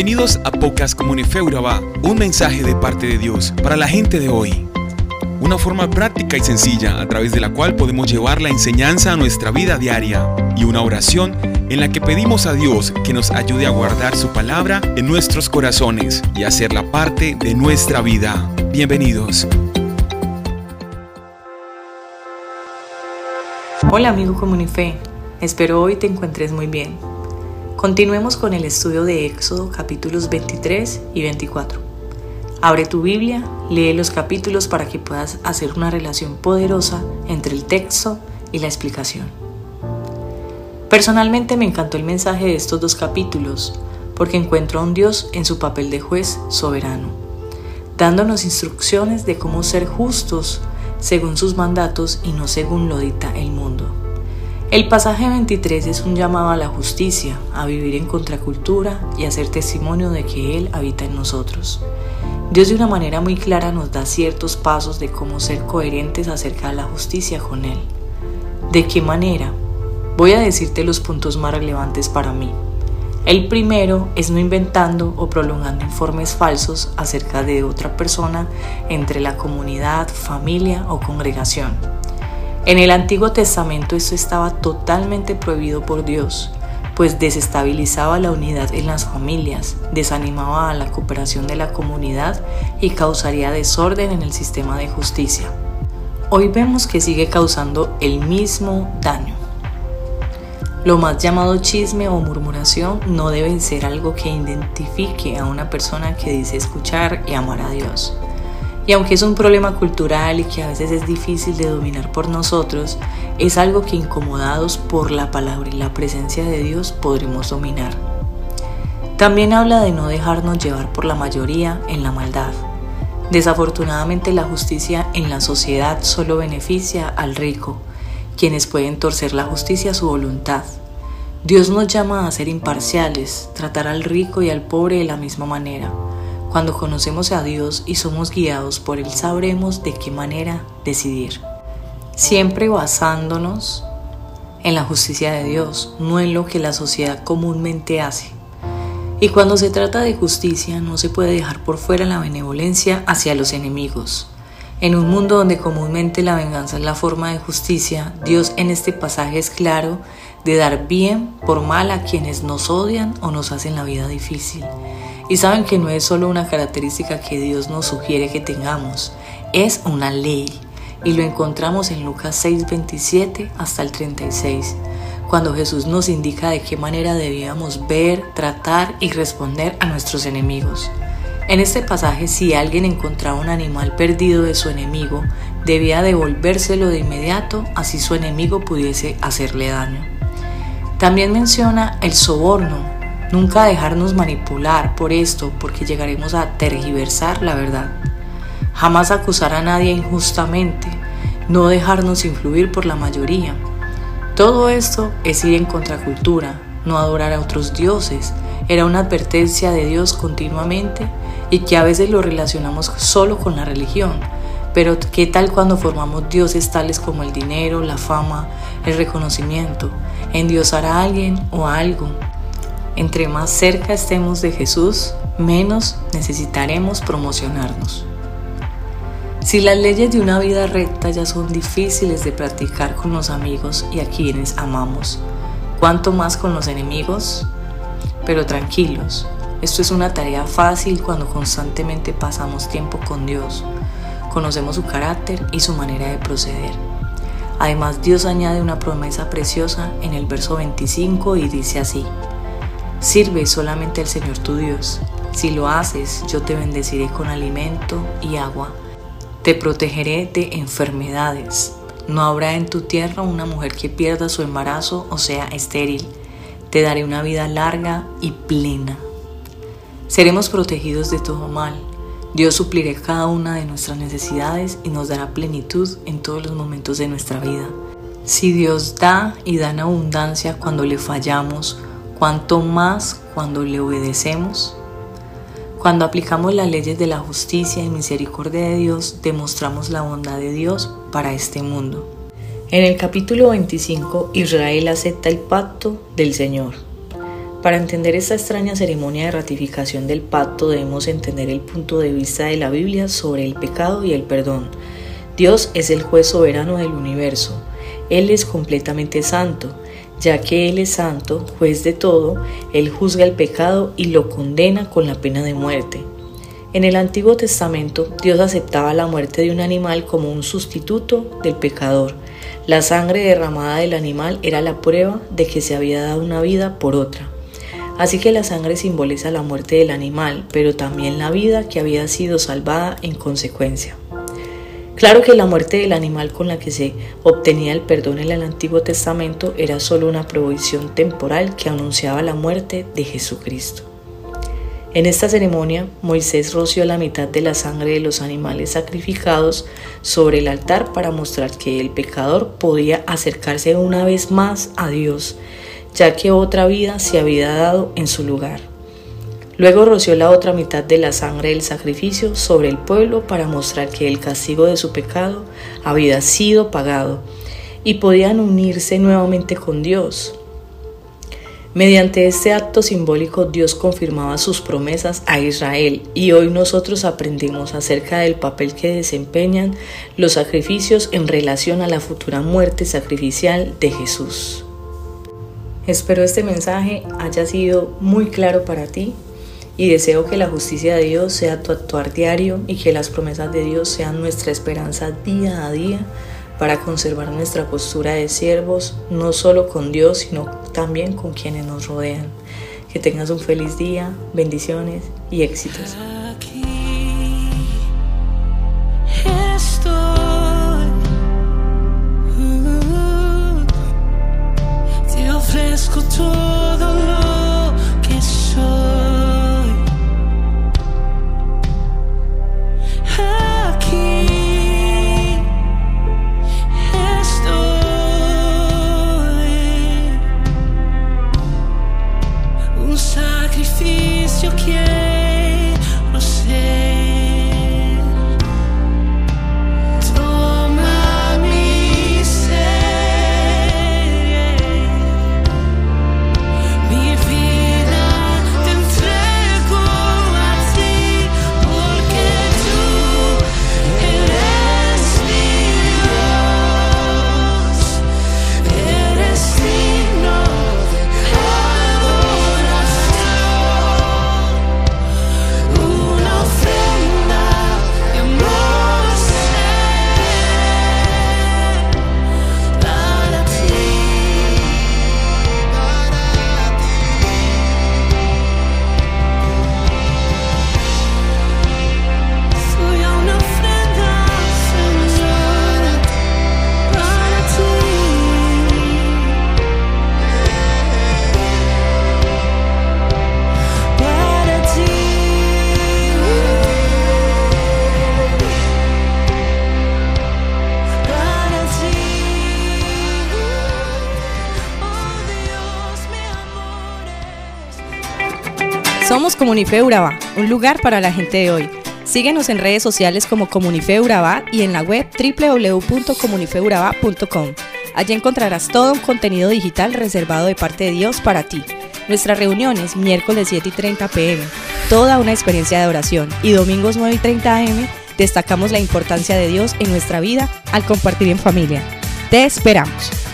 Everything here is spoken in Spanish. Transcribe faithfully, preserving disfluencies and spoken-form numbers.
Bienvenidos a Podcast Comunife Urabá, un mensaje de parte de Dios para la gente de hoy. Una forma práctica y sencilla a través de la cual podemos llevar la enseñanza a nuestra vida diaria y una oración en la que pedimos a Dios que nos ayude a guardar su palabra en nuestros corazones y hacerla parte de nuestra vida. Bienvenidos. Hola amigo Comunife, espero hoy te encuentres muy bien. Continuemos con el estudio de Éxodo capítulos veintitrés y veinticuatro. Abre tu Biblia, lee los capítulos para que puedas hacer una relación poderosa entre el texto y la explicación. Personalmente me encantó el mensaje de estos dos capítulos porque encuentro a un Dios en su papel de juez soberano, dándonos instrucciones de cómo ser justos según sus mandatos y no según lo dicta el mundo. El pasaje veintitrés es un llamado a la justicia, a vivir en contracultura y a hacer testimonio de que Él habita en nosotros. Dios de una manera muy clara nos da ciertos pasos de cómo ser coherentes acerca de la justicia con Él. ¿De qué manera? Voy a decirte los puntos más relevantes para mí. El primero es no inventando o prolongando informes falsos acerca de otra persona entre la comunidad, familia o congregación. En el Antiguo Testamento esto estaba totalmente prohibido por Dios, pues desestabilizaba la unidad en las familias, desanimaba a la cooperación de la comunidad y causaría desorden en el sistema de justicia. Hoy vemos que sigue causando el mismo daño. Lo más llamado chisme o murmuración no debe ser algo que identifique a una persona que dice escuchar y amar a Dios. Y aunque es un problema cultural y que a veces es difícil de dominar por nosotros, es algo que incomodados por la palabra y la presencia de Dios podremos dominar. También habla de no dejarnos llevar por la mayoría en la maldad. Desafortunadamente la justicia en la sociedad solo beneficia al rico, quienes pueden torcer la justicia a su voluntad. Dios nos llama a ser imparciales, tratar al rico y al pobre de la misma manera. Cuando conocemos a Dios y somos guiados por Él, sabremos de qué manera decidir. Siempre basándonos en la justicia de Dios, no en lo que la sociedad comúnmente hace. Y cuando se trata de justicia, no se puede dejar por fuera la benevolencia hacia los enemigos. En un mundo donde comúnmente la venganza es la forma de justicia, Dios en este pasaje es claro de dar bien por mal a quienes nos odian o nos hacen la vida difícil. Y saben que no es solo una característica que Dios nos sugiere que tengamos, es una ley. Y lo encontramos en Lucas seis, veintisiete hasta el treinta y seis, cuando Jesús nos indica de qué manera debíamos ver, tratar y responder a nuestros enemigos. En este pasaje, si alguien encontraba un animal perdido de su enemigo, debía devolvérselo de inmediato, así su enemigo pudiese hacerle daño. También menciona el soborno. Nunca dejarnos manipular por esto, porque llegaremos a tergiversar la verdad. Jamás acusar a nadie injustamente, no dejarnos influir por la mayoría. Todo esto es ir en contracultura, no adorar a otros dioses. Era una advertencia de Dios continuamente y que a veces lo relacionamos solo con la religión. Pero ¿qué tal cuando formamos dioses tales como el dinero, la fama, el reconocimiento? Endiosar a alguien o a algo. Entre más cerca estemos de Jesús, menos necesitaremos promocionarnos. Si las leyes de una vida recta ya son difíciles de practicar con los amigos y a quienes amamos, ¿cuánto más con los enemigos? Pero tranquilos, esto es una tarea fácil cuando constantemente pasamos tiempo con Dios, conocemos su carácter y su manera de proceder. Además, Dios añade una promesa preciosa en el verso veinticinco y dice así: sirve solamente al Señor tu Dios. Si lo haces, yo te bendeciré con alimento y agua. Te protegeré de enfermedades. No habrá en tu tierra una mujer que pierda su embarazo o sea estéril. Te daré una vida larga y plena. Seremos protegidos de todo mal. Dios suplirá cada una de nuestras necesidades y nos dará plenitud en todos los momentos de nuestra vida. Si Dios da y da en abundancia cuando le fallamos, ¿cuánto más cuando le obedecemos? Cuando aplicamos las leyes de la justicia y misericordia de Dios, demostramos la bondad de Dios para este mundo. En el capítulo veinticinco, Israel acepta el pacto del Señor. Para entender esta extraña ceremonia de ratificación del pacto debemos entender el punto de vista de la Biblia sobre el pecado y el perdón. Dios es el juez soberano del universo. Él es completamente santo. Ya que Él es santo, juez de todo, Él juzga el pecado y lo condena con la pena de muerte. En el Antiguo Testamento, Dios aceptaba la muerte de un animal como un sustituto del pecador. La sangre derramada del animal era la prueba de que se había dado una vida por otra. Así que la sangre simboliza la muerte del animal, pero también la vida que había sido salvada en consecuencia. Claro que la muerte del animal con la que se obtenía el perdón en el Antiguo Testamento era solo una provisión temporal que anunciaba la muerte de Jesucristo. En esta ceremonia, Moisés roció la mitad de la sangre de los animales sacrificados sobre el altar para mostrar que el pecador podía acercarse una vez más a Dios, ya que otra vida se había dado en su lugar. Luego roció la otra mitad de la sangre del sacrificio sobre el pueblo para mostrar que el castigo de su pecado había sido pagado y podían unirse nuevamente con Dios. Mediante este acto simbólico, Dios confirmaba sus promesas a Israel y hoy nosotros aprendemos acerca del papel que desempeñan los sacrificios en relación a la futura muerte sacrificial de Jesús. Espero este mensaje haya sido muy claro para ti. Y deseo que la justicia de Dios sea tu actuar diario y que las promesas de Dios sean nuestra esperanza día a día para conservar nuestra postura de siervos, no solo con Dios, sino también con quienes nos rodean. Que tengas un feliz día, bendiciones y éxitos. Aquí estoy, uh, te ofrezco todo lo que soy. Sacrificio quiero ser. Toma mi ser, mi vida te entrego a ti, porque tú eres mi Dios, eres digno de Somos Comunife Urabá, un lugar para la gente de hoy. Síguenos en redes sociales como Comunife Urabá y en la web doble u doble u doble u punto comunife urabá punto com. Allí encontrarás todo un contenido digital reservado de parte de Dios para ti. Nuestras reuniones, miércoles siete y treinta pe eme, toda una experiencia de oración, y domingos nueve y treinta a eme, destacamos la importancia de Dios en nuestra vida al compartir en familia. Te esperamos.